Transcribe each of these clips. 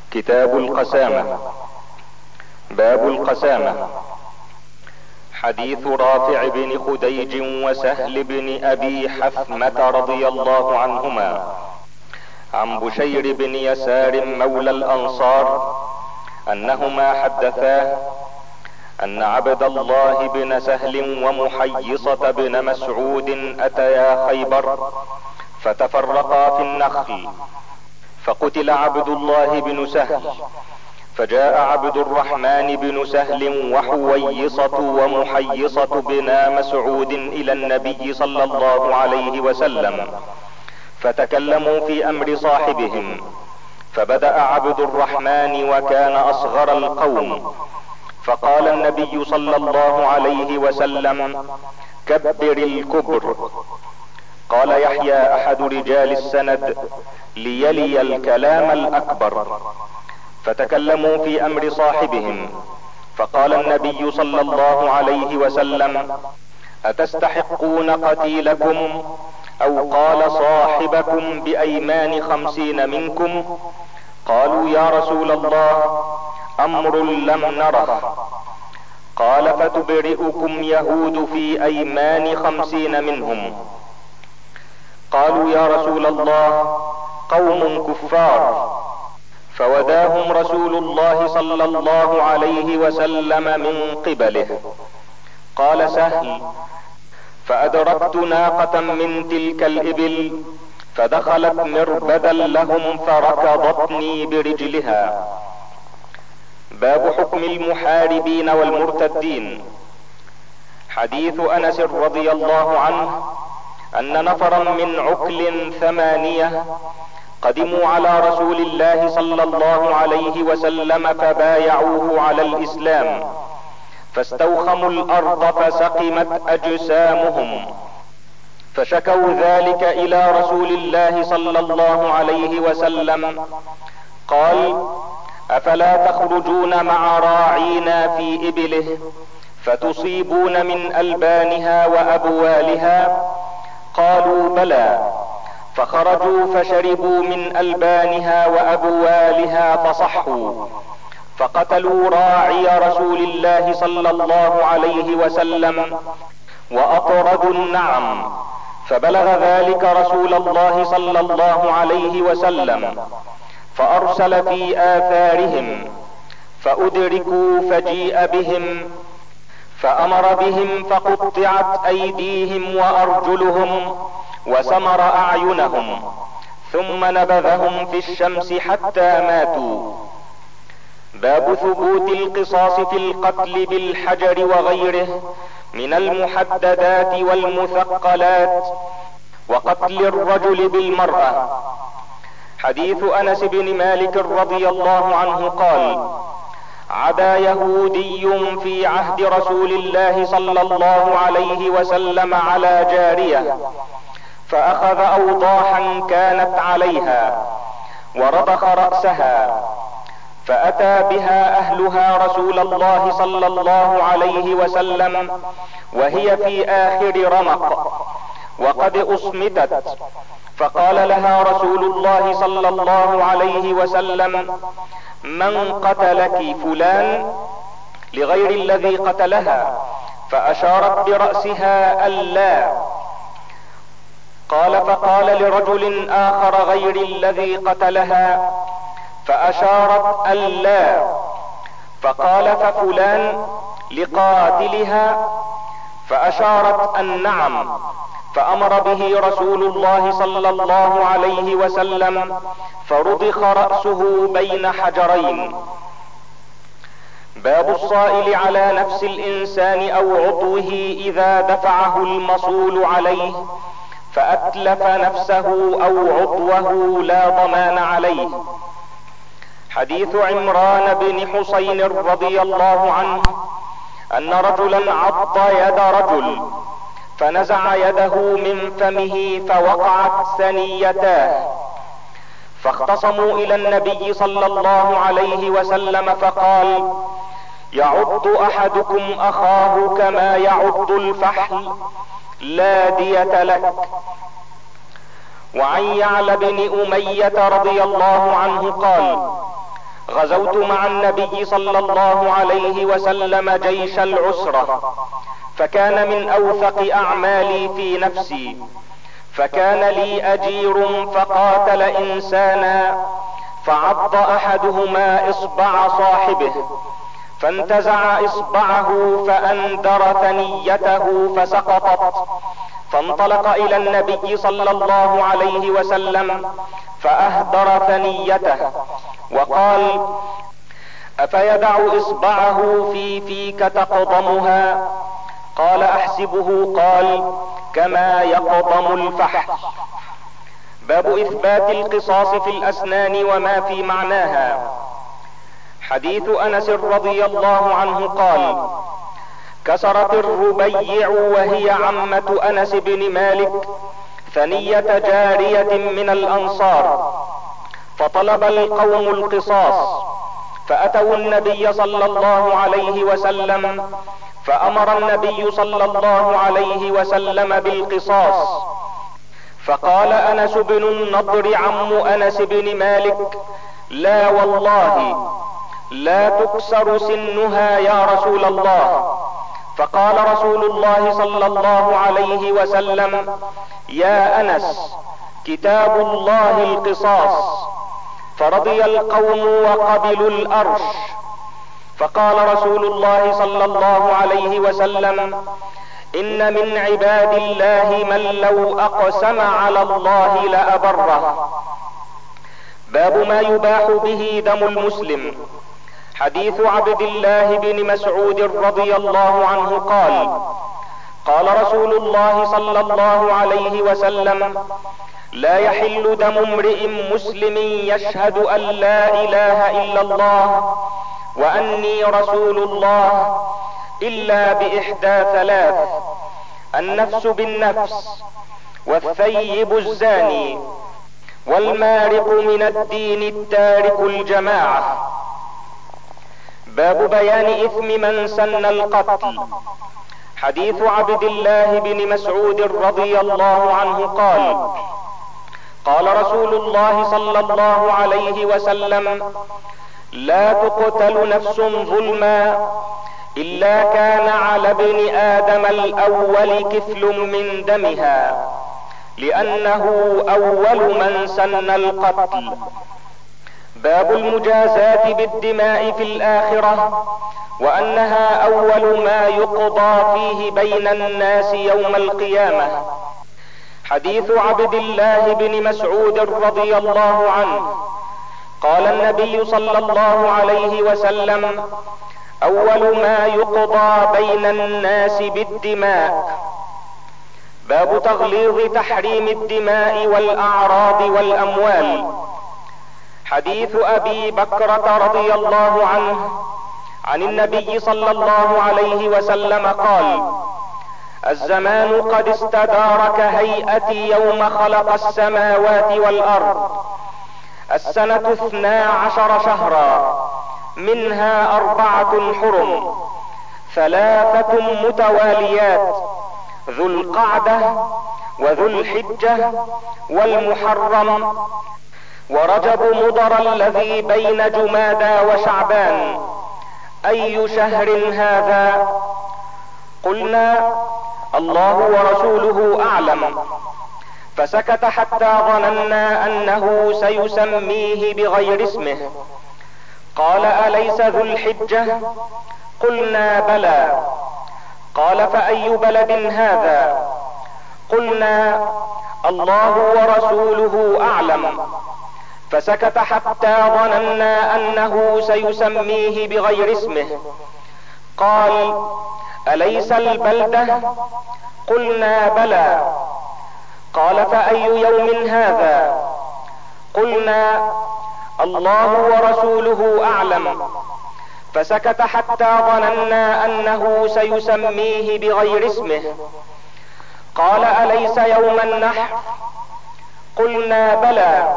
كتاب القسامة. باب القسامة. حديث رافع بن خديج وسهل بن ابي حثمة رضي الله عنهما عن بشير بن يسار مولى الانصار انهما حدثاه ان عبد الله بن سهل ومحيصة بن مسعود اتيا خيبر فتفرقا في النخل، فقتل عبد الله بن سهل، فجاء عبد الرحمن بن سهل وحويصة ومحيصة بنا مسعود الى النبي صلى الله عليه وسلم، فتكلموا في امر صاحبهم، فبدأ عبد الرحمن وكان اصغر القوم، فقال النبي صلى الله عليه وسلم: كبر الكبر. قال يحيى احد رجال السند: ليلي الكلام الاكبر. فتكلموا في امر صاحبهم، فقال النبي صلى الله عليه وسلم: اتستحقون قتيلكم؟ او قال صاحبكم بايمان 50 منكم؟ قالوا يا رسول الله امر لم نره. قال فتبرئكم يهود في ايمان 50 منهم. قالوا يا رسول الله قوم كفار. فوداهم رسول الله صلى الله عليه وسلم من قبله. قال سهل: فادركت ناقة من تلك الابل فدخلت مربدا لهم فركضتني برجلها. باب حكم المحاربين والمرتدين. حديث انس رضي الله عنه ان نفرا من عقل 8 قدموا على رسول الله صلى الله عليه وسلم فبايعوه على الاسلام، فاستوخموا الارض فسقمت اجسامهم، فشكوا ذلك الى رسول الله صلى الله عليه وسلم. قال: افلا تخرجون مع راعينا في ابله فتصيبون من البانها وابوالها؟ قالوا بلى. فخرجوا فشربوا من البانها وابوالها فصحوا، فقتلوا راعي رسول الله صلى الله عليه وسلم واطردوا النعم، فبلغ ذلك رسول الله صلى الله عليه وسلم، فارسل في اثارهم، فادركوا فجيء بهم، فامر بهم فقطعت ايديهم وارجلهم وسمر اعينهم، ثم نبذهم في الشمس حتى ماتوا. باب ثبوت القصاص في القتل بالحجر وغيره من المحددات والمثقلات، وقتل الرجل بالمرأة. حديث انس بن مالك رضي الله عنه قال: عدا يهودي في عهد رسول الله صلى الله عليه وسلم على جارية، فاخذ اوضاحا كانت عليها ورضخ رأسها، فاتى بها اهلها رسول الله صلى الله عليه وسلم وهي في اخر رمق وقد اصمتت، فقال لها رسول الله صلى الله عليه وسلم: من قتلك؟ فلان، لغير الذي قتلها، فاشارت برأسها ألا. قال: فقال لرجل اخر غير الذي قتلها، فاشارت ألا. فقال: ففلان، لقاتلها، فاشارت النعم، فامر به رسول الله صلى الله عليه وسلم، فرضخ رأسه بين حجرين. باب الصائل على نفس الانسان او عضوه اذا دفعه المصول عليه فاتلف نفسه او عضوه لا ضمان عليه. حديث عمران بن حسين رضي الله عنه ان رجلا عض يد رجل فنزع يده من فمه فوقعت ثنيتاه، فاختصموا الى النبي صلى الله عليه وسلم فقال: يعض احدكم اخاه كما يعض الفحل، لا دية لك. وعن يعلى بن امية رضي الله عنه قال: غزوت مع النبي صلى الله عليه وسلم جيش العسرة، فكان من اوثق اعمالي في نفسي، فكان لي اجير فقاتل انسانا، فعض احدهما اصبع صاحبه، فانتزع اصبعه فاندر ثنيته فسقطت، فانطلق الى النبي صلى الله عليه وسلم فاهدر ثنيته وقال: افيدع اصبعه في فيك تقضمها؟ قال: احسبه قال: كما يقضم الفحل. باب اثبات القصاص في الاسنان وما في معناها. حديث انس رضي الله عنه قال: كسرت الربيع وهي عمة انس بن مالك ثنية جارية من الانصار، فطلب القوم القصاص، فاتوا النبي صلى الله عليه وسلم، فامر النبي صلى الله عليه وسلم بالقصاص، فقال انس بن النضر عم انس بن مالك: لا والله لا تكسر سنها يا رسول الله. فقال رسول الله صلى الله عليه وسلم: يا انس، كتاب الله القصاص. فرضي القوم وقبلوا الارش. فقال رسول الله صلى الله عليه وسلم: ان من عباد الله من لو اقسم على الله لابره. باب ما يباح به دم المسلم. حديث عبد الله بن مسعود رضي الله عنه قال: قال رسول الله صلى الله عليه وسلم: لا يحل دم امرئ مسلم يشهد ان لا اله الا الله واني رسول الله الا باحدى ثلاث: النفس بالنفس، والثيب الزاني، والمارق من الدين التارك الجماعة. باب بيان اثم من سن القتل. حديث عبد الله بن مسعود رضي الله عنه قال: قال رسول الله صلى الله عليه وسلم: لا تقتل نفس ظلما الا كان على ابن ادم الاول كفل من دمها، لانه اول من سن القتل. باب المجازاة بالدماء في الاخرة، وانها اول ما يقضى فيه بين الناس يوم القيامة. حديث عبد الله بن مسعود رضي الله عنه قال النبي صلى الله عليه وسلم: اول ما يقضى بين الناس بالدماء. باب تغليظ تحريم الدماء والاعراض والاموال. حديث ابي بكرة رضي الله عنه عن النبي صلى الله عليه وسلم قال: الزمان قد استدار كهيئة يوم خلق السماوات والارض، السنة 12 شهرا، منها 4 حرم، 3 متواليات: ذو القعدة، وذو الحجة، والمحرم، ورجب مضر الذي بين جمادى وشعبان. اي شهر هذا؟ قلنا: الله ورسوله اعلم. فسكت حتى ظننا انه سيسميه بغير اسمه. قال: اليس ذو الحجة؟ قلنا: بلى. قال: فاي بلد هذا؟ قلنا: الله ورسوله اعلم. فسكت حتى ظننا انه سيسميه بغير اسمه. قال: اليس البلدة؟ قلنا: بلى. قال: فاي يوم هذا؟ قلنا: الله ورسوله اعلم. فسكت حتى ظننا انه سيسميه بغير اسمه. قال: اليس يوم النحر؟ قلنا: بلى.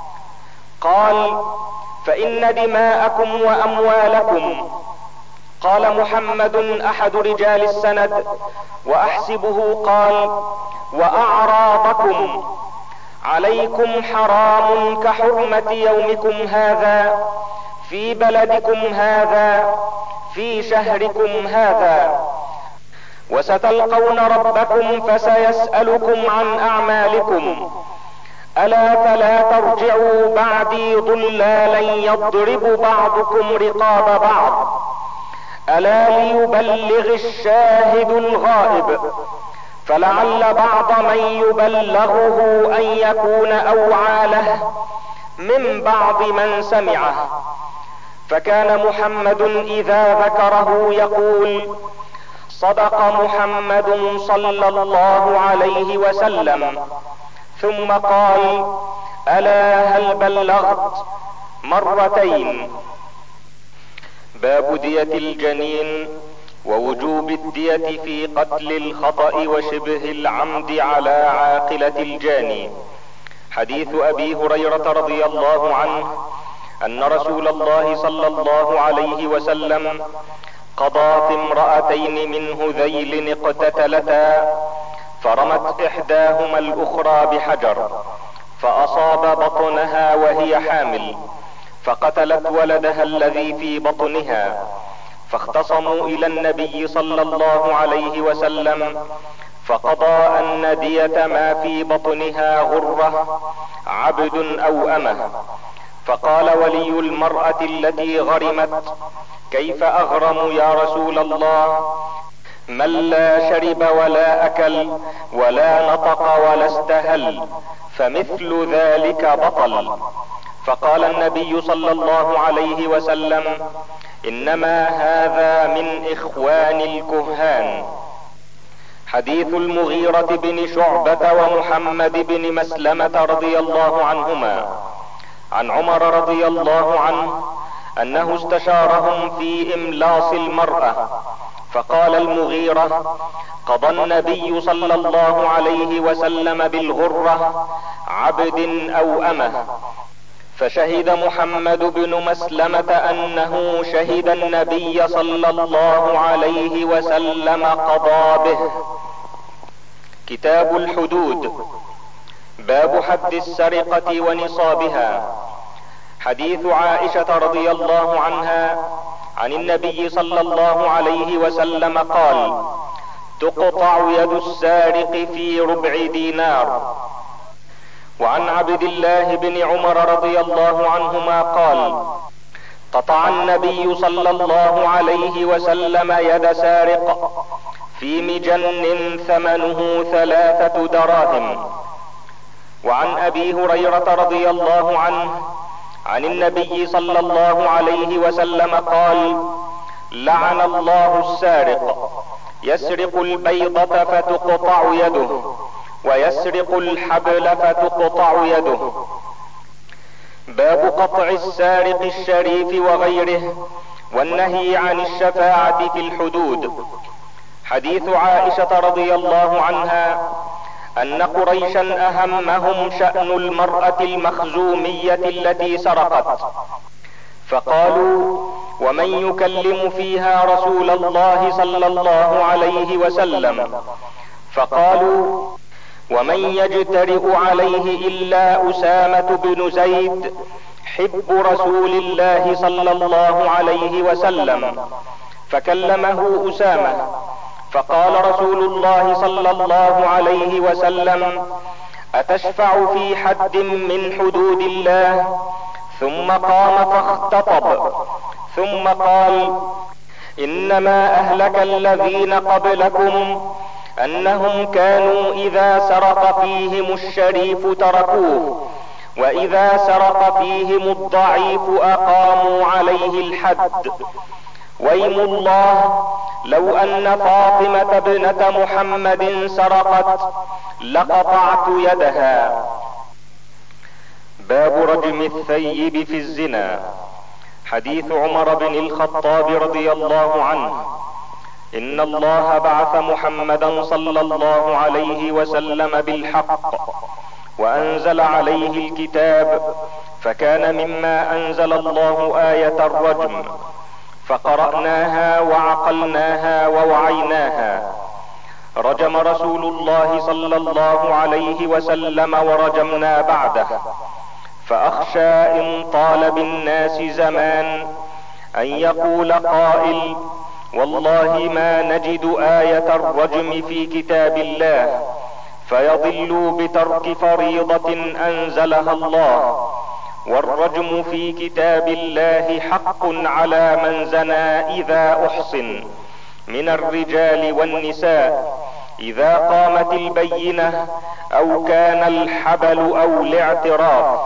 قال: فان دماءكم واموالكم. قال محمد احد رجال السند واحسبه قال: واعراضكم عليكم حرام كحرمة يومكم هذا في بلدكم هذا في شهركم هذا، وستلقون ربكم فسيسألكم عن اعمالكم. الا فلا ترجعوا بعدي ضلالا يضرب بعضكم رقاب بعض. الا ليبلغ الشاهد الغائب، فلعل بعض من يبلغه ان يكون اوعى له من بعض من سمعه. فكان محمد اذا ذكره يقول: صدق محمد صلى الله عليه وسلم. ثم قال: الا هل بلغت؟ مرتين. باب دية الجنين ووجوب الدية في قتل الخطأ وشبه العمد على عاقلة الجاني. حديث ابي هريرة رضي الله عنه ان رسول الله صلى الله عليه وسلم قضى في امرأتين من هذيل اقتتلتا، فرمت احداهما الاخرى بحجر فاصاب بطنها وهي حامل، فقتلت ولدها الذي في بطنها، فاختصموا الى النبي صلى الله عليه وسلم، فقضى ان دية ما في بطنها غرة عبد او امه. فقال ولي المرأة التي غرمت: كيف اغرم يا رسول الله؟ من لا شرب ولا اكل ولا نطق ولا استهل، فمثل ذلك بطل. فقال النبي صلى الله عليه وسلم: انما هذا من اخوان الكهان. حديث المغيرة بن شعبة ومحمد بن مسلمة رضي الله عنهما عن عمر رضي الله عنه انه استشارهم في املاص المرأة، فقال المغيرة: قضى النبي صلى الله عليه وسلم بالغرة عبد او امه. فشهد محمد بن مسلمة انه شهد النبي صلى الله عليه وسلم قضى به. كتاب الحدود. باب حد السرقة ونصابها. حديث عائشة رضي الله عنها عن النبي صلى الله عليه وسلم قال: تقطع يد السارق في ربع دينار. وعن عبد الله بن عمر رضي الله عنهما قال: قطع النبي صلى الله عليه وسلم يد سارق في مجن ثمنه 3 دراهم. وعن ابي هريرة رضي الله عنه عن النبي صلى الله عليه وسلم قال: لعن الله السارق، يسرق البيضة فتقطع يده، ويسرق الحبل فتقطع يده. باب قطع السارق الشريف وغيره، والنهي عن الشفاعة في الحدود. حديث عائشة رضي الله عنها ان قريشا اهمهم شأن المرأة المخزومية التي سرقت، فقالوا: ومن يكلم فيها رسول الله صلى الله عليه وسلم؟ فقالوا: ومن يجترئ عليه الا اسامة بن زيد حب رسول الله صلى الله عليه وسلم. فكلمه اسامة، فقال رسول الله صلى الله عليه وسلم: اتشفع في حد من حدود الله؟ ثم قام فاختطب، ثم قال: انما اهلك الذين قبلكم انهم كانوا اذا سرق فيهم الشريف تركوه، واذا سرق فيهم الضعيف اقاموا عليه الحد. ويم الله لو ان فاطمة ابنة محمد سرقت لقطعت يدها. باب رجم الثيب في الزنا. حديث عمر بن الخطاب رضي الله عنه ان الله بعث محمدا صلى الله عليه وسلم بالحق وانزل عليه الكتاب، فكان مما انزل الله آية الرجم، فقرأناها وعقلناها ووعيناها. رجم رسول الله صلى الله عليه وسلم ورجمنا بعده، فاخشى ان طال بالناس زمان ان يقول قائل: والله ما نجد آية الرجم في كتاب الله، فيضلوا بترك فريضة انزلها الله. والرجم في كتاب الله حق على من زنى اذا احصن من الرجال والنساء، اذا قامت البينة او كان الحبل او الاعتراف.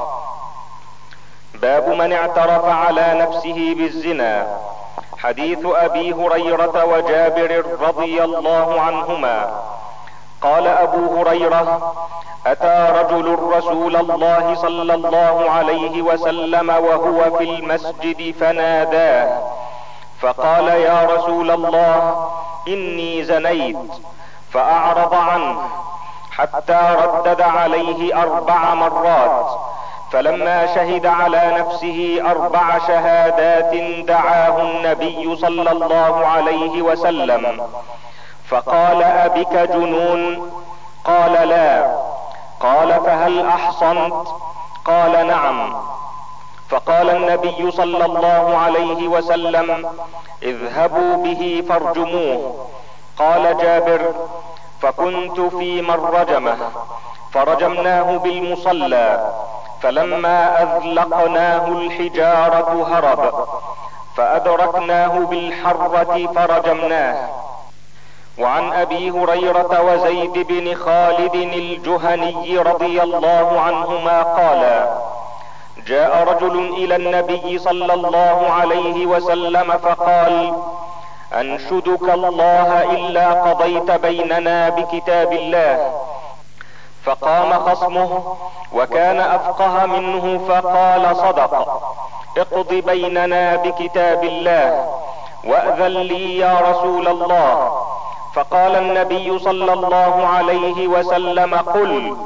باب من اعترف على نفسه بالزنا. حديث ابي هريرة وجابر رضي الله عنهما قال ابو هريرة: اتى رجل رسول الله صلى الله عليه وسلم وهو في المسجد فناداه فقال: يا رسول الله اني زنيت، فاعرض عنه حتى ردد عليه 4 مرات، فلما شهد على نفسه 4 شهادات دعاه النبي صلى الله عليه وسلم فقال: ابك جنون؟ قال: لا. قال: فهل احصنت؟ قال: نعم. فقال النبي صلى الله عليه وسلم: اذهبوا به فارجموه. قال جابر: فكنت في من رجمه، فرجمناه بالمصلى، فلما اذلقناه الحجارة هرب، فادركناه بالحرة فرجمناه. وعن ابي هريرة وزيد بن خالد الجهني رضي الله عنهما قالا: جاء رجل الى النبي صلى الله عليه وسلم فقال: انشدك الله الا قضيت بيننا بكتاب الله. فقام خصمه وكان افقه منه فقال: صدق، اقض بيننا بكتاب الله، واذن لي يا رسول الله. فقال النبي صلى الله عليه وسلم: قل.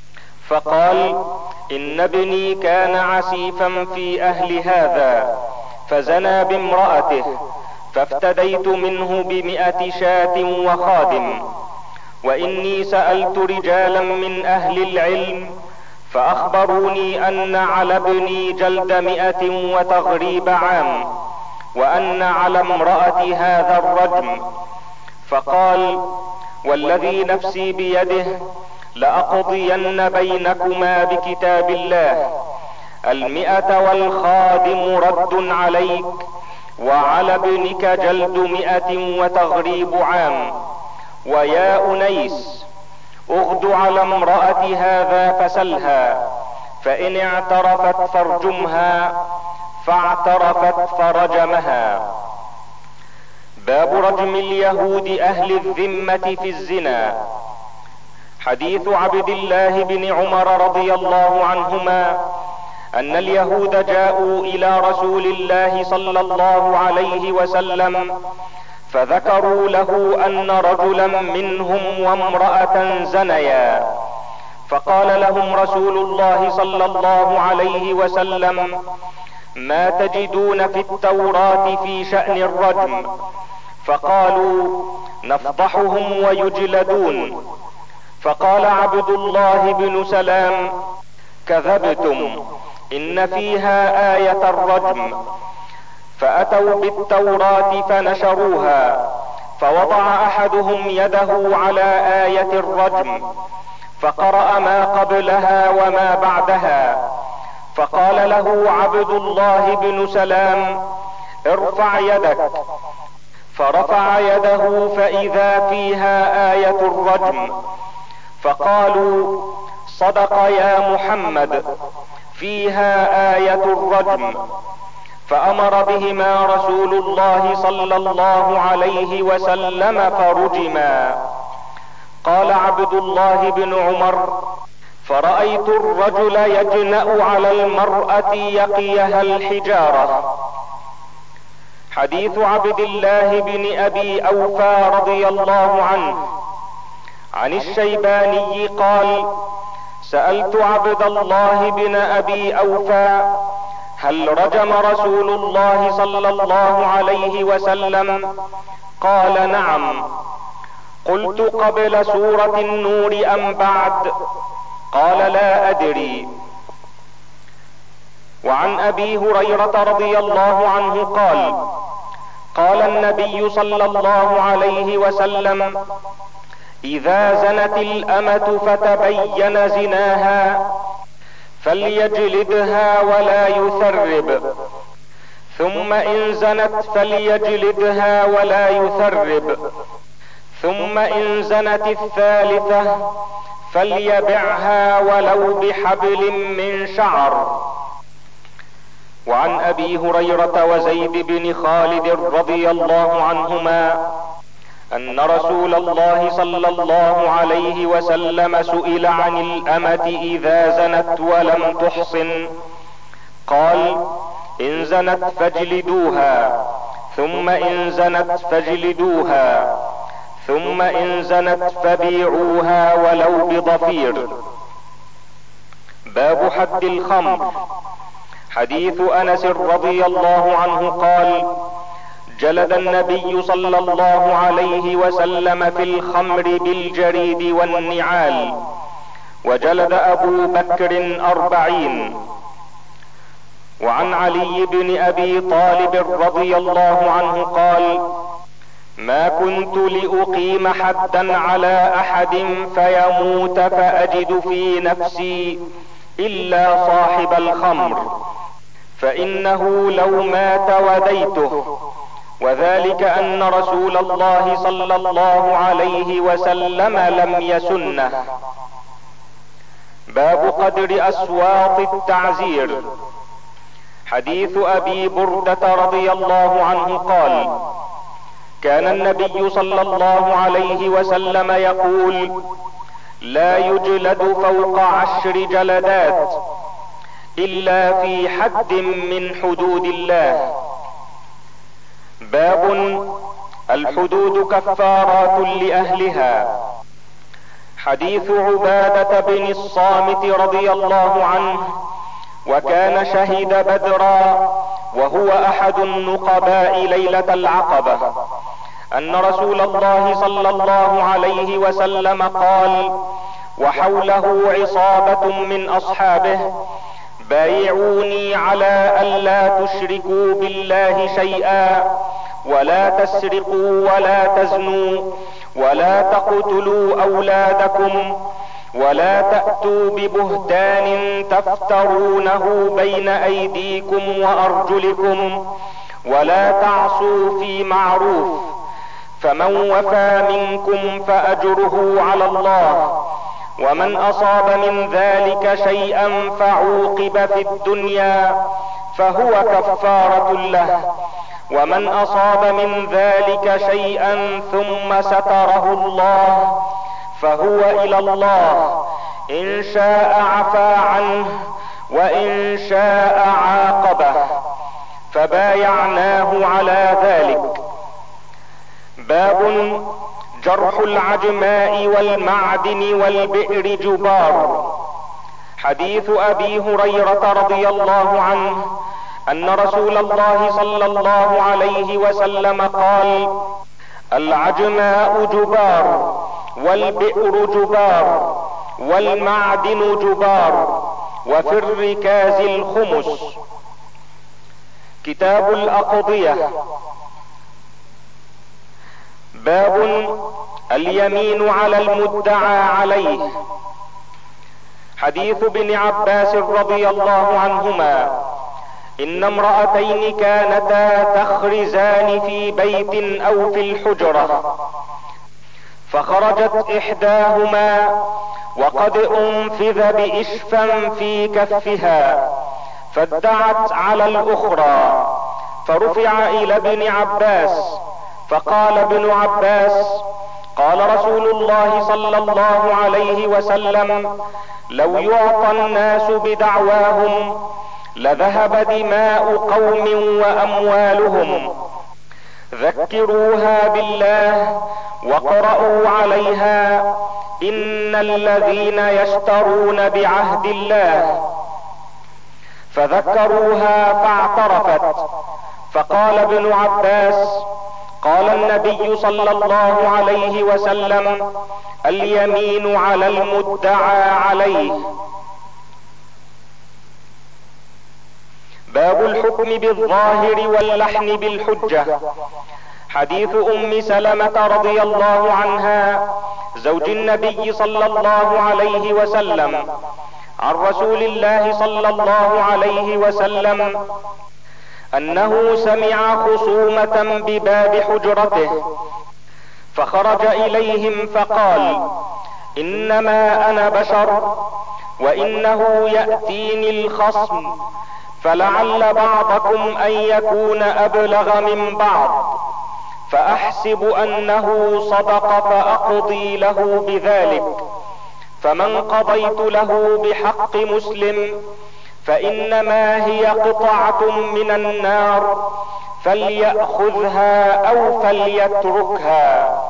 فقال: ان ابني كان عسيفا في اهل هذا، فزنى بامرأته، فافتديت منه ب100 شاة وخادم. واني سألت رجالا من اهل العلم فاخبروني ان على ابني جلد 100 وتغريب عام، وان على امرأة هذا الرجم. فقال: والذي نفسي بيده لأقضين بينكما بكتاب الله، 100 والخادم رد عليك، وعلى ابنك جلد 100 وتغريب عام. ويا أنيس، اغد على امرأة هذا فسلها، فإن اعترفت فارجمها، فاعترفت فرجمها. باب رجم اليهود اهل الذمة في الزنا. حديث عبد الله بن عمر رضي الله عنهما ان اليهود جاءوا الى رسول الله صلى الله عليه وسلم فذكروا له ان رجلا منهم وامرأة زنيا، فقال لهم رسول الله صلى الله عليه وسلم: ما تجدون في التوراة في شأن الرجم؟ فقالوا: نفضحهم ويجلدون. فقال عبد الله بن سلام: كذبتم، ان فيها آية الرجم. فاتوا بالتوراة فنشروها، فوضع احدهم يده على آية الرجم فقرأ ما قبلها وما بعدها، فقال له عبد الله بن سلام: ارفع يدك. فرفع يده فاذا فيها آية الرجم. فقالوا: صدق يا محمد، فيها آية الرجم. فامر بهما رسول الله صلى الله عليه وسلم فرجما. قال عبد الله بن عمر: فرأيت الرجل يجنأ على المرأة يقيها الحجارة. حديث عبد الله بن ابي اوفى رضي الله عنه عن الشيباني قال: سألت عبد الله بن ابي اوفى: هل رجم رسول الله صلى الله عليه وسلم؟ قال: نعم. قلت: قبل سورة النور ام بعد؟ قال: لا ادري. وعن ابي هريرة رضي الله عنه قال: قال النبي صلى الله عليه وسلم: اذا زنت الامة فتبين زناها فليجلدها ولا يثرب، ثم ان زنت فليجلدها ولا يثرب، ثم ان زنت الثالثة فليبعها ولو بحبل من شعر. وعن ابي هريرة وزيد بن خالد رضي الله عنهما ان رسول الله صلى الله عليه وسلم سئل عن الامة اذا زنت ولم تحصن، قال: ان زنت فاجلدوها، ثم ان زنت فاجلدوها، ثم ان زنت فبيعوها ولو بضفير. باب حد الخمر. حديث انس رضي الله عنه قال: جلد النبي صلى الله عليه وسلم في الخمر بالجريد والنعال، وجلد ابو بكر 40. وعن علي بن ابي طالب رضي الله عنه قال: ما كنت لأقيم حدا على احد فيموت فاجد في نفسي الا صاحب الخمر، فانه لو مات وديته، وذلك ان رسول الله صلى الله عليه وسلم لم يسنه. باب قدر اصوات التعزير. حديث ابي بردة رضي الله عنه قال: كان النبي صلى الله عليه وسلم يقول: لا يجلد فوق 10 جلدات الا في حد من حدود الله. باب الحدود كفارات لاهلها. حديث عبادة بن الصامت رضي الله عنه، وكان شهد بدرا وهو احد النقباء ليلة العقبة، ان رسول الله صلى الله عليه وسلم قال وحوله عصابة من اصحابه: بايعوني على الا تشركوا بالله شيئا، ولا تسرقوا ولا تزنوا، ولا تقتلوا اولادكم، ولا تأتوا ببهتان تفترونه بين ايديكم وارجلكم، ولا تعصوا في معروف، فمن وفى منكم فاجره على الله، ومن اصاب من ذلك شيئا فعوقب في الدنيا فهو كفارة له، ومن اصاب من ذلك شيئا ثم ستره الله فهو الى الله، ان شاء عفا عنه وان شاء عاقبه، فبايعناه على ذلك. باب جرح العجماء والمعدن والبئر جبار. حديث ابي هريرة رضي الله عنه ان رسول الله صلى الله عليه وسلم قال: العجماء جبار، والبئر جبار، والمعدن جبار، وفي الركاز الخمس. كتاب الاقضية. باب اليمين على المدعى عليه. حديث ابن عباس رضي الله عنهما ان امرأتين كانتا تخرزان في بيت او في الحجرة، فخرجت احداهما وقد انفذ باشفا في كفها، فادعت على الاخرى، فرفع الى ابن عباس، فقال ابن عباس: قال رسول الله صلى الله عليه وسلم: لو يعطى الناس بدعواهم لذهب دماء قوم واموالهم، ذكروها بالله وقرأوا عليها: ان الذين يشترون بعهد الله. فذكروها فاعترفت، فقال ابن عباس: قال النبي صلى الله عليه وسلم: اليمين على المدعى عليه. باب الحكم بالظاهر واللحن بالحجة. حديث ام سلمة رضي الله عنها زوج النبي صلى الله عليه وسلم عن رسول الله صلى الله عليه وسلم انه سمع خصومة بباب حجرته فخرج اليهم فقال: انما انا بشر وانه يأتيني الخصم فلعل بعضكم ان يكون ابلغ من بعض، فاحسب انه صدق فاقضي له بذلك، فمن قضيت له بحق مسلم فانما هي قطعة من النار فليأخذها او فليتركها.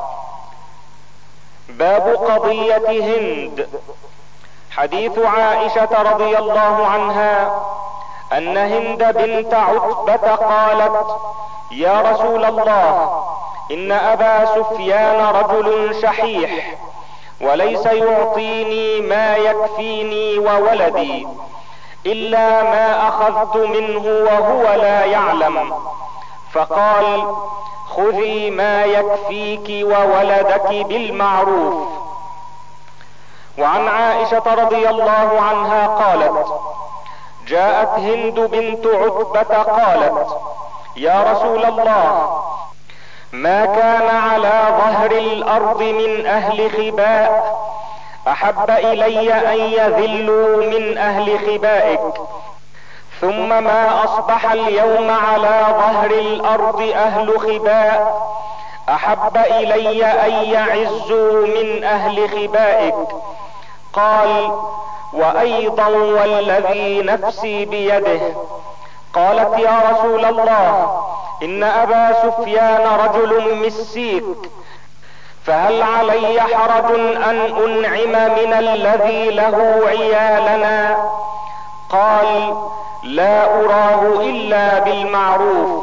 باب قضية هند. حديث عائشة رضي الله عنها ان هند بنت عتبة قالت: يا رسول الله، ان ابا سفيان رجل شحيح وليس يعطيني ما يكفيني وولدي الا ما اخذت منه وهو لا يعلم، فقال: خذي ما يكفيك وولدك بالمعروف. وعن عائشة رضي الله عنها قالت: جاءت هند بنت عتبة قالت: يا رسول الله، ما كان على ظهر الارض من اهل خباء احب الي ان يذلوا من اهل خبائك، ثم ما اصبح اليوم على ظهر الارض اهل خباء احب الي ان يعزوا من اهل خبائك. قال: وايضا والذي نفسي بيده. قالت: يا رسول الله، ان ابا سفيان رجل مسيك، فهل علي حرج ان انعم من الذي له عيالنا؟ قال: لا اراه الا بالمعروف.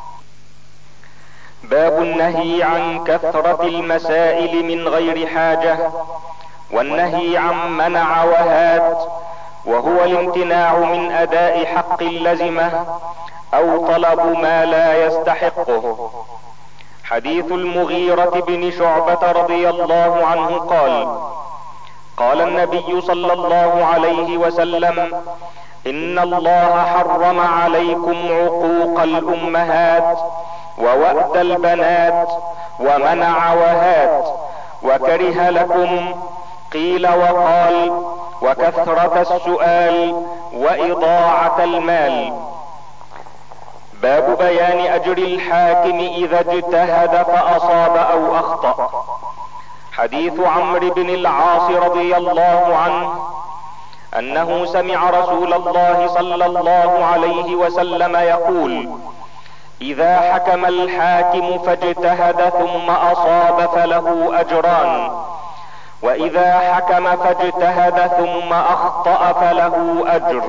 باب النهي عن كثرة المسائل من غير حاجة، والنهي عن منع وهات، وهو الامتناع من اداء حق اللزمة او طلب ما لا يستحقه. حديث المغيرة بن شعبة رضي الله عنه قال: قال النبي صلى الله عليه وسلم: ان الله حرم عليكم عقوق الامهات ووأد البنات ومنع وهات، وكره لكم قيل وقال وكثرة السؤال وإضاعة المال. باب بيان اجر الحاكم اذا اجتهد فاصاب او اخطأ. حديث عمرو بن العاص رضي الله عنه انه سمع رسول الله صلى الله عليه وسلم يقول: اذا حكم الحاكم فاجتهد ثم اصاب فله اجران، واذا حكم فاجتهد ثم اخطأ فله اجر.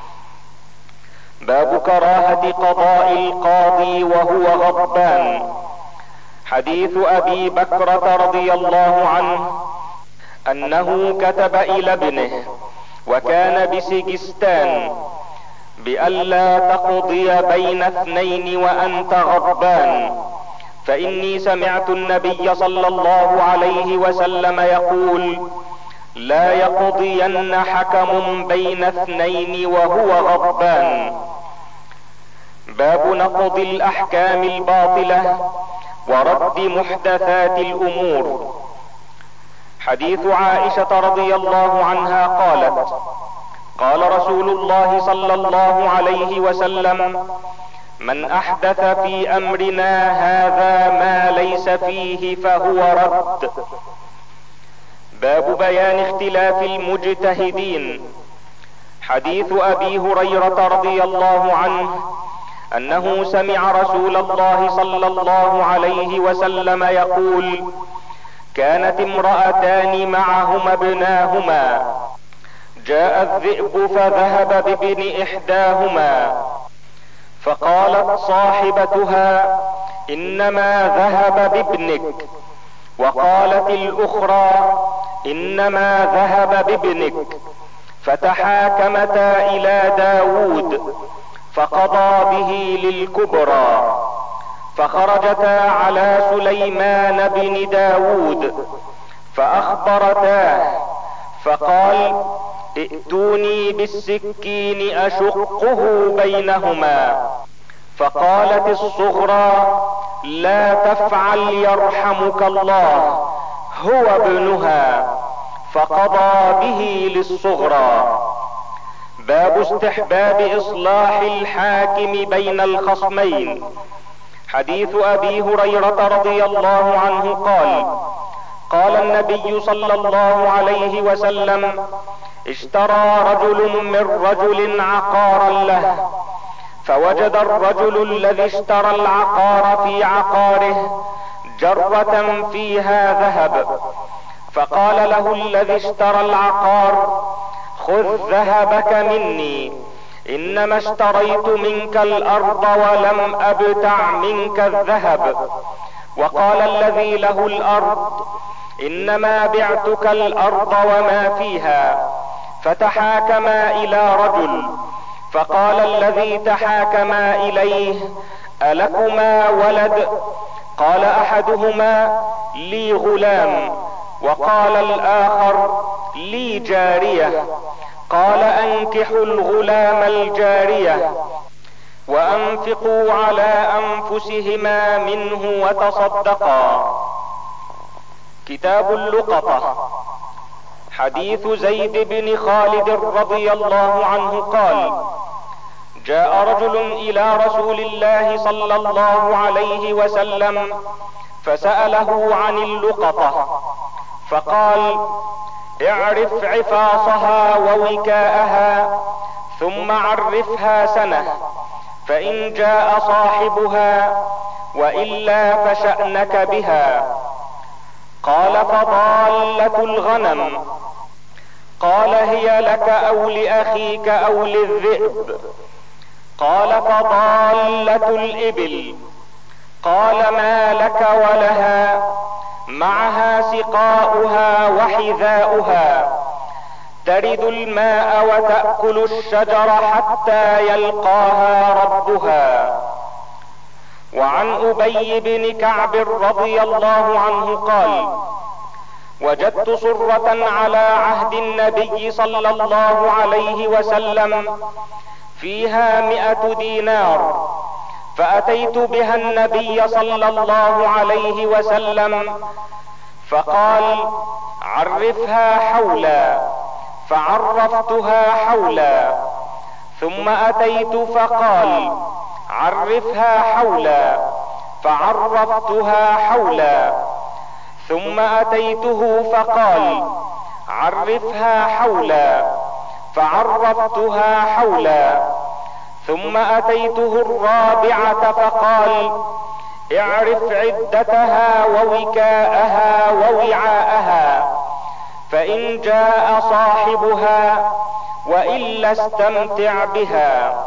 باب كراهة قضاء القاضي وهو غضبان. حديث ابي بكرة رضي الله عنه انه كتب الى ابنه وكان بسجستان بألا تقضي بين اثنين وانت غضبان، فاني سمعت النبي صلى الله عليه وسلم يقول: لا يقضين حكم بين اثنين وهو غضبان. باب نقض الاحكام الباطلة ورد محدثات الامور. حديث عائشة رضي الله عنها قالت: قال رسول الله صلى الله عليه وسلم: من احدث في امرنا هذا ما ليس فيه فهو رد. باب بيان اختلاف المجتهدين. حديث ابي هريرة رضي الله عنه انه سمع رسول الله صلى الله عليه وسلم يقول: كانت امرأتان معهما ابناهما، جاء الذئب فذهب بابن احداهما، فقالت صاحبتها: انما ذهب بابنك، وقالت الاخرى: انما ذهب بابنك، فتحاكمتا الى داود، فقضى به للكبرى. فخرجتا على سليمان بن داود فاخبرتاه، فقال: ائتوني بالسكين اشقه بينهما. فقالت الصغرى: لا تفعل يرحمك الله، هو ابنها. فقضى به للصغرى. باب استحباب اصلاح الحاكم بين الخصمين. حديث ابي هريرة رضي الله عنه قال: قال النبي صلى الله عليه وسلم: اشترى رجل من رجل عقارا له، فوجد الرجل الذي اشترى العقار في عقاره جرة فيها ذهب، فقال له الذي اشترى العقار: خذ ذهبك مني، انما اشتريت منك الارض ولم ابتع منك الذهب. وقال الذي له الارض: انما بعتك الارض وما فيها. فتحاكما الى رجل، فقال الذي تحاكما اليه: الكما ولد؟ قال احدهما: لي غلام. وقال الاخر: لي جارية. قال: انكحوا الغلام الجارية وانفقوا على انفسهما منه وتصدقا. كتاب اللقطة. حديث زيد بن خالد رضي الله عنه قال: جاء رجل الى رسول الله صلى الله عليه وسلم فسأله عن اللقطة، فقال: اعرف عفاصها ووكاءها، ثم عرفها سنة، فان جاء صاحبها والا فشأنك بها. قال: فضالة الغنم؟ قال: هي لك او لاخيك او للذئب؟ قال: فضالة الابل. قال: ما لك ولها؟ معها سقاؤها وحذاؤها، ترد الماء وتأكل الشجر حتى يلقاها ربها. وعن ابي بن كعب رضي الله عنه قال: وجدت صرة على عهد النبي صلى الله عليه وسلم فيها 100 دينار، فاتيت بها النبي صلى الله عليه وسلم فقال: عرفها حولا، فعرفتها حولا. ثم اتيت فقال: عرفها حولا، فعرفتها حولا. ثم اتيته فقال: عرفها حولا، فعرفتها حولا. ثم اتيته الرابعة فقال: اعرف عدتها ووكاءها ووعاءها، فان جاء صاحبها والا استمتع بها.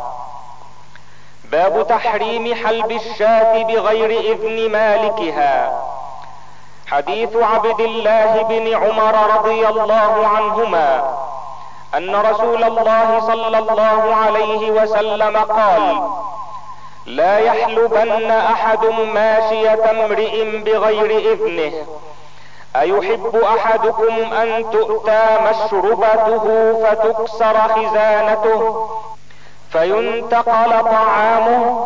باب تحريم حلب الشاة بغير اذن مالكها. حديث عبد الله بن عمر رضي الله عنهما ان رسول الله صلى الله عليه وسلم قال: لا يحلبن احد ماشية امرئ بغير اذنه. ايحب احدكم ان تؤتى مشربته فتكسر خزانته فينتقل طعامه؟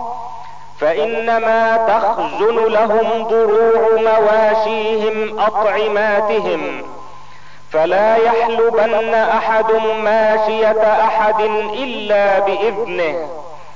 فانما تخزن لهم ضروع مواشيهم اطعماتهم، فلا يحلبن احد ماشية احد الا باذنه.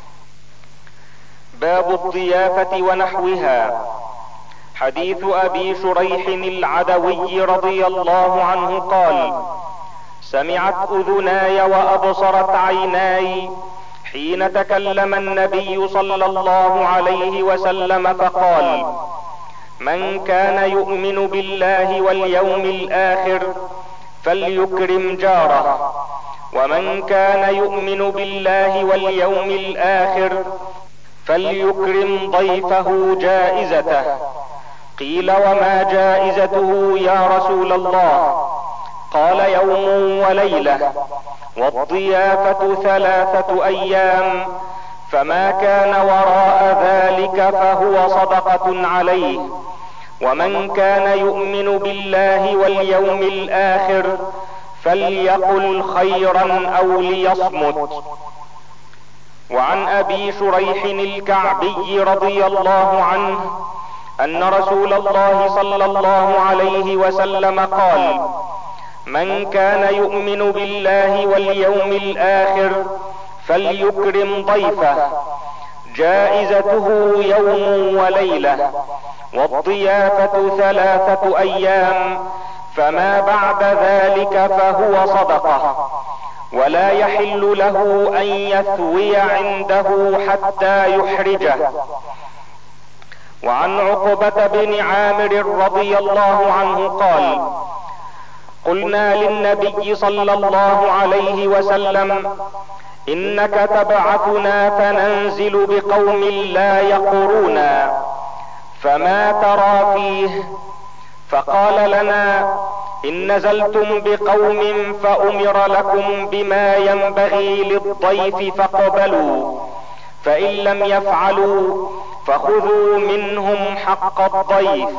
باب الضيافة ونحوها. حديث ابي شريح العدوي رضي الله عنه قال: سمعت اذناي وابصرت عيناي حين تكلم النبي صلى الله عليه وسلم فقال: من كان يؤمن بالله واليوم الاخر فليكرم جاره، ومن كان يؤمن بالله واليوم الاخر فليكرم ضيفه جائزته. قيل: وما جائزته يا رسول الله؟ قال: يوم وليلة، والضيافة 3 ايام، فما كان وراء ذلك فهو صدقة عليه. ومن كان يؤمن بالله واليوم الآخر فليقل خيرا او ليصمت. وعن ابي شريح الكعبي رضي الله عنه ان رسول الله صلى الله عليه وسلم قال: من كان يؤمن بالله واليوم الآخر فليكرم ضيفه، جائزته يوم وليلة، والضيافة 3 أيام، فما بعد ذلك فهو صدقة، ولا يحل له ان يثوي عنده حتى يحرجه. وعن عقبة بن عامر رضي الله عنه قال: قلنا للنبي صلى الله عليه وسلم: انك تبعثنا فننزل بقوم لا يقرونا، فما ترى فيه؟ فقال لنا: ان نزلتم بقوم فامر لكم بما ينبغي للضيف فاقبلوا، فان لم يفعلوا فخذوا منهم حق الضيف.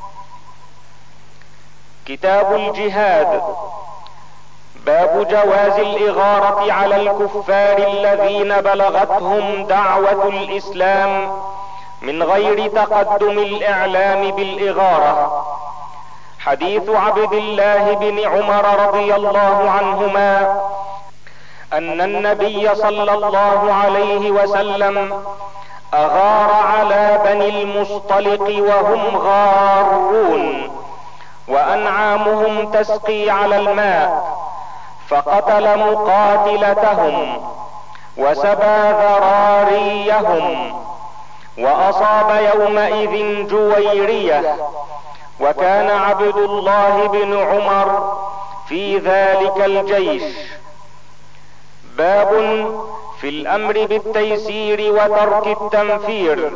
كتاب الجهاد. باب جواز الاغارة على الكفار الذين بلغتهم دعوة الاسلام من غير تقدم الاعلام بالاغارة. حديث عبد الله بن عمر رضي الله عنهما ان النبي صلى الله عليه وسلم اغار على بني المصطلق وهم غارون وانعامهم تسقي على الماء، فقتل مقاتلتهم وسبى ذراريهم، واصاب يومئذ جويرية، وكان عبد الله بن عمر في ذلك الجيش. باب في الامر بالتيسير وترك التنفير.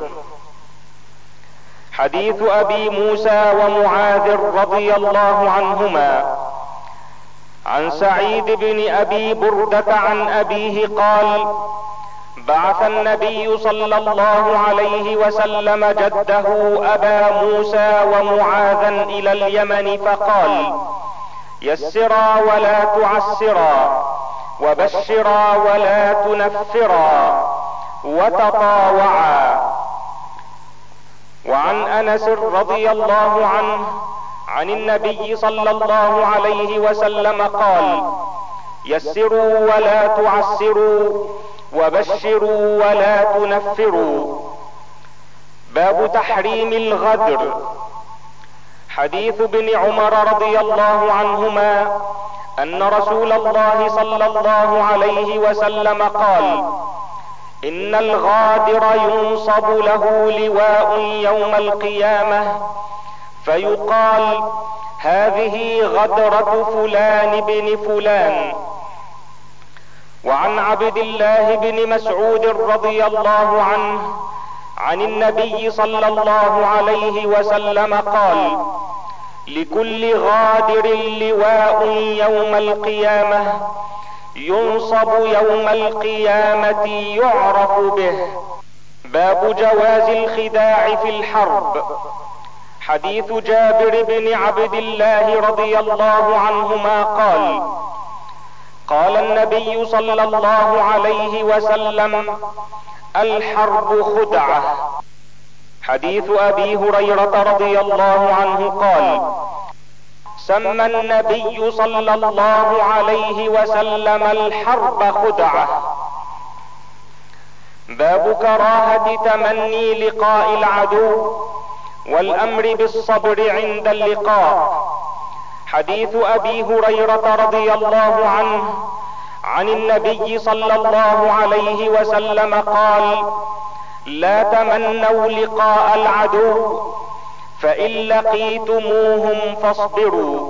حديث ابي موسى ومعاذ رضي الله عنهما عن سعيد بن ابي بردة عن ابيه قال: بعث النبي صلى الله عليه وسلم جده ابا موسى ومعاذا الى اليمن فقال: يسرا ولا تعسرا، وبشرا ولا تنفرا، وتطاوعا. وعن انس رضي الله عنه عن النبي صلى الله عليه وسلم قال: يسروا ولا تعسروا، وبشروا ولا تنفروا. باب تحريم الغدر. حديث ابن عمر رضي الله عنهما ان رسول الله صلى الله عليه وسلم قال: ان الغادر ينصب له لواء يوم القيامة فيقال: هذه غدرة فلان بن فلان. وعن عبد الله بن مسعود رضي الله عنه عن النبي صلى الله عليه وسلم قال: لكل غادر لواء يوم القيامة ينصب يوم القيامة يعرف به. باب جواز الخداع في الحرب. حديث جابر بن عبد الله رضي الله عنهما قال: قال النبي صلى الله عليه وسلم: الحرب خدعة. حديث ابي هريرة رضي الله عنه قال: سمى النبي صلى الله عليه وسلم الحرب خدعة. باب كراهة تمني لقاء العدو والامر بالصبر عند اللقاء. حديث ابي هريرة رضي الله عنه عن النبي صلى الله عليه وسلم قال: لا تمنوا لقاء العدو، فان لقيتموهم فاصبروا.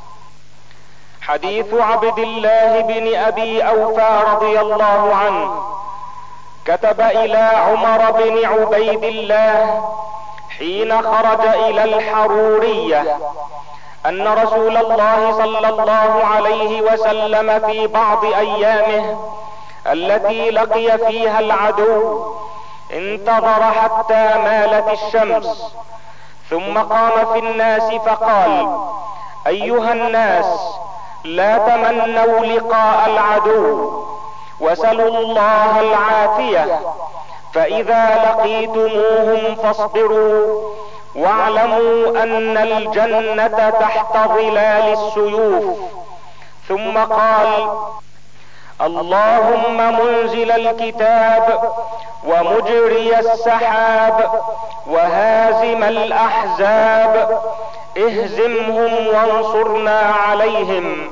حديث عبد الله بن ابي اوفى رضي الله عنه كتب الى عمر بن عبيد الله حين خرج الى الحرورية ان رسول الله صلى الله عليه وسلم في بعض ايامه التي لقي فيها العدو انتظر حتى مالت الشمس، ثم قام في الناس فقال: ايها الناس، لا تمنوا لقاء العدو وسلوا الله العافية، فاذا لقيتموهم فاصبروا، واعلموا ان الجنة تحت ظلال السيوف. ثم قال: اللهم منزل الكتاب ومجري السحاب وهازم الاحزاب، اهزمهم وانصرنا عليهم.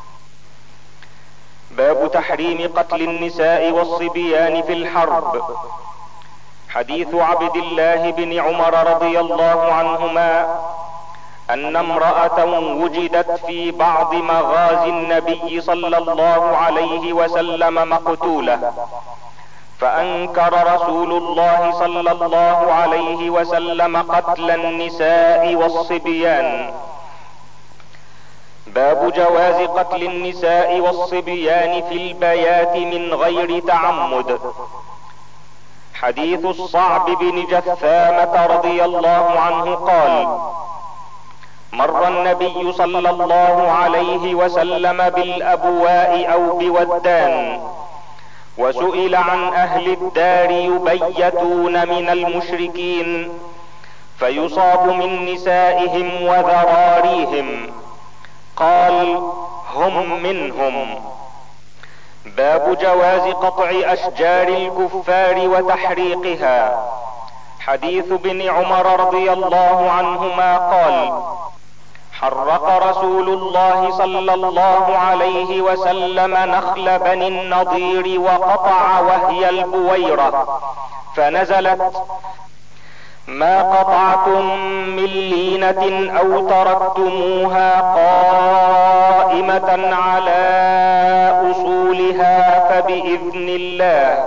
باب تحريم قتل النساء والصبيان في الحرب. حديث عبد الله بن عمر رضي الله عنهما ان امرأة وجدت في بعض مغازي النبي صلى الله عليه وسلم مقتولة، فانكر رسول الله صلى الله عليه وسلم قتل النساء والصبيان. باب جواز قتل النساء والصبيان في البيات من غير تعمد. حديث الصعب بن جثامة رضي الله عنه قال: مر النبي صلى الله عليه وسلم بالابواء او بودان، وسئل عن اهل الدار يبيتون من المشركين، فيصاب من نسائهم وذراريهم، قال: هم منهم. باب جواز قطع اشجار الكفار وتحريقها. حديث ابن عمر رضي الله عنهما قال: حرق رسول الله صلى الله عليه وسلم نخل بني النضير وقطع وهي البويرة، فنزلت: ما قطعتم من لينة او تركتموها قائمة على اصولها فباذن الله.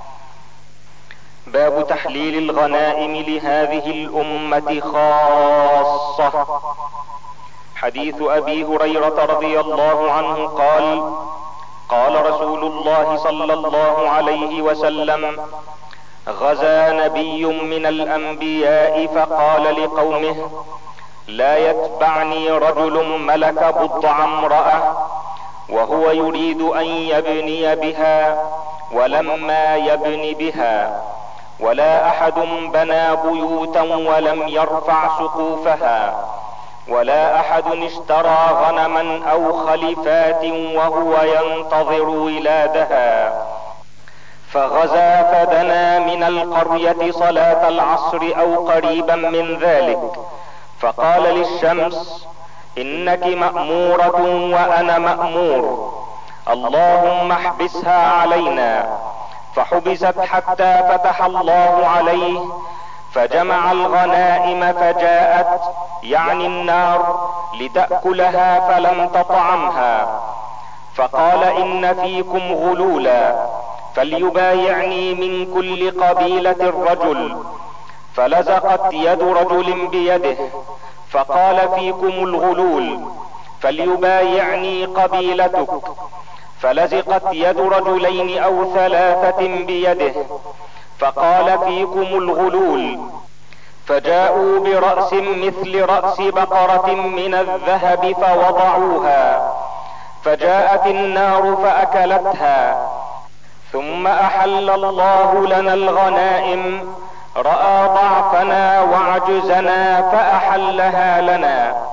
باب تحليل الغنائم لهذه الامة خاصة. حديث ابي هريرة رضي الله عنه قال: قال رسول الله صلى الله عليه وسلم: غزا نبي من الانبياء فقال لقومه: لا يتبعني رجل ملك بضع امرأة وهو يريد ان يبني بها ولما يبن بها، ولا احد بنى بيوتا ولم يرفع سقوفها، ولا احد اشترى غنما او خلفات وهو ينتظر ولادها. فغزا فدنا من القرية صلاة العصر او قريبا من ذلك، فقال للشمس: انك مأمورة وانا مأمور، اللهم احبسها علينا. فحبست حتى فتح الله عليه، فجمع الغنائم فجاءت، يعني النار، لتأكلها فلم تطعمها، فقال: ان فيكم غلولا، فليبايعني من كل قبيلة رجل. فلزقت يد رجل بيده، فقال: فيكم الغلول، فليبايعني قبيلتك. فلزقت يد رجلين او ثلاثة بيده، فقال: فيكم الغلول. فجاءوا برأس مثل رأس بقرة من الذهب فوضعوها، فجاءت النار فأكلتها. ثم أحل الله لنا الغنائم، رأى ضعفنا وعجزنا فأحلها لنا.